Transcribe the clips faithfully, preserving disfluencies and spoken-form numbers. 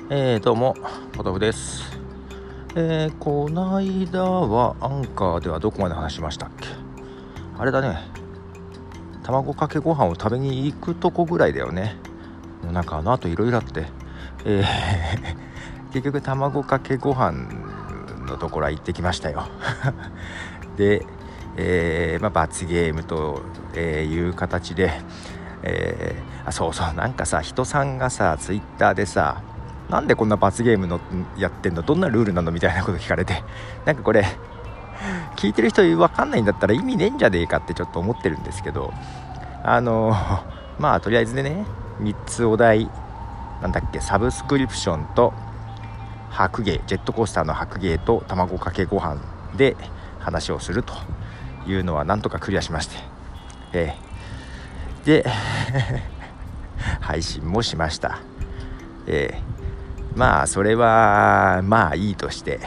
えー、どうもポトフです。えー、この間はアンカーではどこまで話しましたっけ。あれだね、卵かけご飯を食べに行くとこぐらいだよね。なんかあの後いろいろあって、えー、結局卵かけご飯のところは行ってきましたよで、えーまあ、罰ゲームという形で、えー、あそうそうなんかさ、人さんがさツイッターでさ、なんでこんな罰ゲームのやってんの、どんなルールなのみたいなこと聞かれて、なんかこれ聞いてる人分かんないんだったら意味ねえんじゃねえかってちょっと思ってるんですけど、あのまあとりあえずでね、みっつお題、なんだっけ、サブスクリプションと白芸、ジェットコースターの白芸と卵かけご飯で話をするというのはなんとかクリアしまして、えー、で配信もしました。えーまあそれはまあいいとして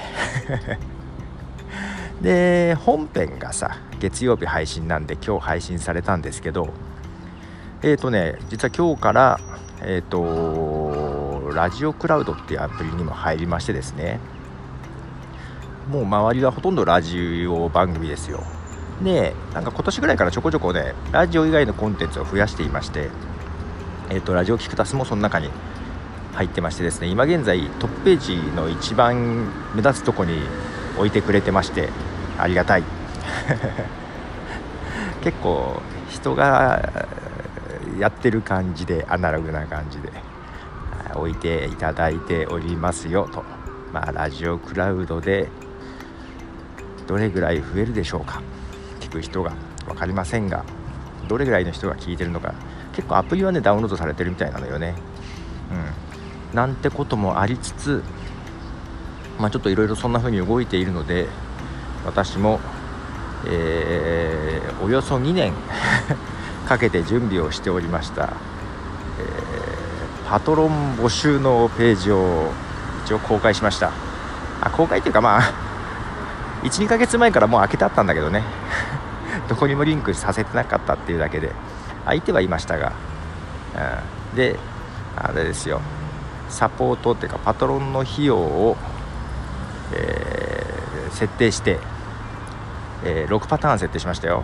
で、本編がさ月曜日配信なんで今日配信されたんですけど、えっとね実は今日からえっとラジオクラウドっていうアプリにも入りましてですね、もう周りはほとんどラジオ番組ですよ。で、なんか今年ぐらいからちょこちょこねラジオ以外のコンテンツを増やしていまして、えっとラジオキクタスもその中に入ってましてですね、今現在トップページの一番目立つとこに置いてくれてまして、ありがたい結構人がやってる感じで、アナログな感じで置いていただいておりますよと。まあラジオクラウドでどれぐらい増えるでしょうか、聞く人が分かりませんが、どれぐらいの人が聞いてるのか。結構アプリはねダウンロードされてるみたいなのよね。うんなんてこともありつつ、まあ、ちょっといろいろそんな風に動いているので、私も、えー、およそにねんかけて準備をしておりました、えー、パトロン募集のページを一応公開しました。あ公開っていうかまあ いち,に ヶ月前からもう開けてあったんだけどねどこにもリンクさせてなかったっていうだけで開いてはいましたが、うん、であれですよ、サポートっていうかパトロンの費用を、えー、設定して、えー、ろくパターン設定しましたよ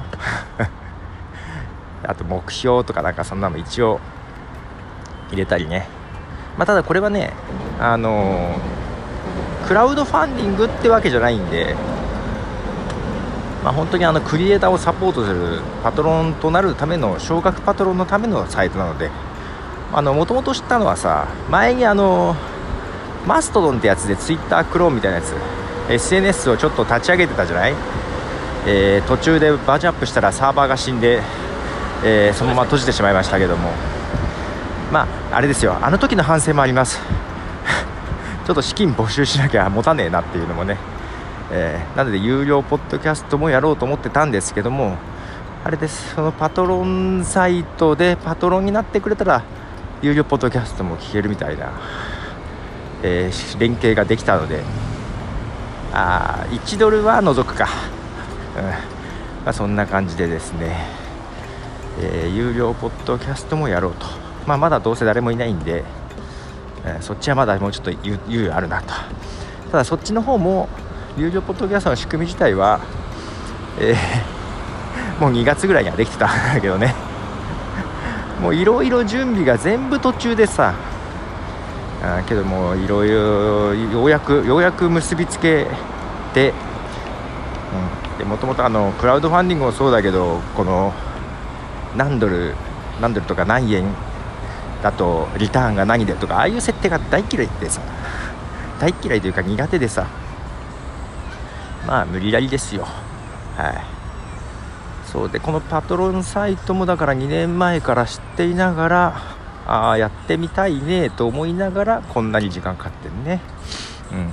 あと目標とかなんかそんなの一応入れたりね。まあただこれはね、あのー、クラウドファンディングってわけじゃないんで、まあ本当にあのクリエイターをサポートするパトロンとなるための、少額パトロンのためのサイトなので、あの元々知ったのはさ、前にあのマストドンってやつでツイッタークローンみたいなやつ エスエヌエス をちょっと立ち上げてたじゃない、えー、途中でバージョンアップしたらサーバーが死んで、えー、そのまま閉じてしまいましたけども、まああれですよ、あの時の反省もありますちょっと資金募集しなきゃ持たねえなっていうのもね、えー、なので有料ポッドキャストもやろうと思ってたんですけども、あれです、そのパトロンサイトでパトロンになってくれたら有料ポッドキャストも聞けるみたいな、えー、連携ができたので、あいちドルは除くか、うんまあ、そんな感じでですね、えー、有料ポッドキャストもやろうと。まあまだどうせ誰もいないんで、えー、そっちはまだもうちょっと猶予あるなと。ただそっちの方も有料ポッドキャストの仕組み自体は、えー、もうにがつぐらいにはできてたんだけどねもういろいろ準備が全部途中でさ、あけどもいろいろようやくようやく結びつけて、うん、でもともとあのクラウドファンディングもそうだけど、この何ドル何ドルとか何円だとリターンが何でとか、ああいう設定が大嫌いでさ、大嫌いというか苦手でさ、まあ無理やりですよ。はい。そうで、このパトロンサイトもだからにねんまえから知っていながら、ああやってみたいねと思いながらこんなに時間かかってるね。うん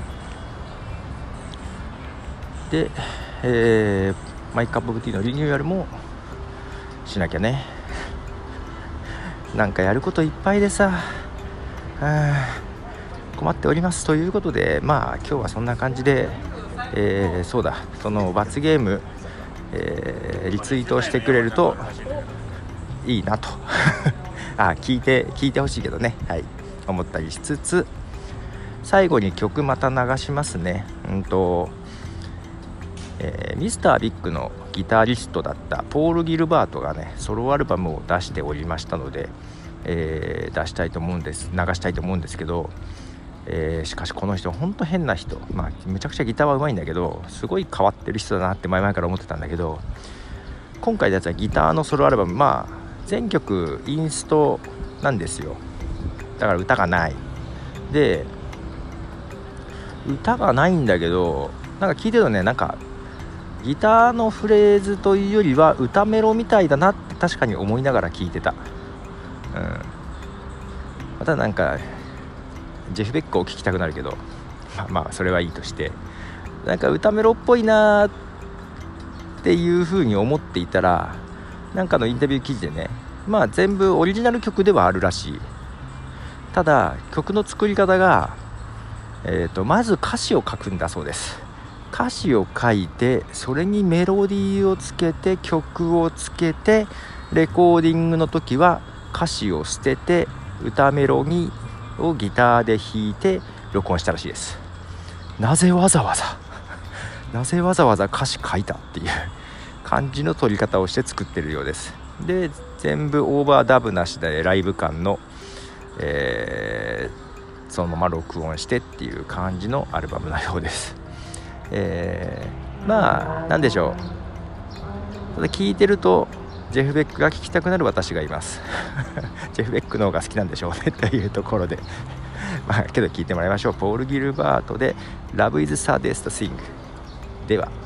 で、えー、マイカップオブティーのリニューアルもしなきゃね。なんかやることいっぱいでさ、困っておりますということで、まあ今日はそんな感じで、えー、そうだ、その罰ゲーム、えー、リツイートをしてくれるといいなとあ聞いて聞いてほしいけどね、はい、思ったりしつつ、 最後に曲また流しますね。うんと、えー、ミスタービッグのギタリストだったポール・ギルバートがねソロアルバムを出しておりましたので、えー、出したいと思うんです流したいと思うんですけど、えー、しかしこの人ほんと変な人、まあめちゃくちゃギターはうまいんだけどすごい変わってる人だなって前々から思ってたんだけど、今回のやつはギターのソロアルバム、まあ全曲インストなんですよ。だから歌がないで、歌がないんだけどなんか聞いてるとね、なんかギターのフレーズというよりは歌メロみたいだなって確かに思いながら聞いてた。うん、またなんかジェフ・ベックを聴きたくなるけど、まあまあそれはいいとして、なんか歌メロっぽいなっていう風に思っていたら、なんかのインタビュー記事でね、まあ全部オリジナル曲ではあるらしい。ただ曲の作り方が、えーと、まず歌詞を書くんだそうです。歌詞を書いてそれにメロディーをつけて曲をつけて、レコーディングの時は歌詞を捨てて歌メロにをギターで弾いて録音したらしいです。なぜわざわざなぜわざわざ歌詞書いたっていう感じの撮り方をして作ってるようです。で全部オーバーダブなしでライブ感の、えー、そのまま録音してっていう感じのアルバムのようです。えー、まあなんでしょう、ただ聞いてるとジェフ・ベックが聴きたくなる私がいますジェフ・ベックの方が好きなんでしょうねというところでまあけど聞いてもらいましょう。ポール・ギルバートで Love is Saddest Thing では。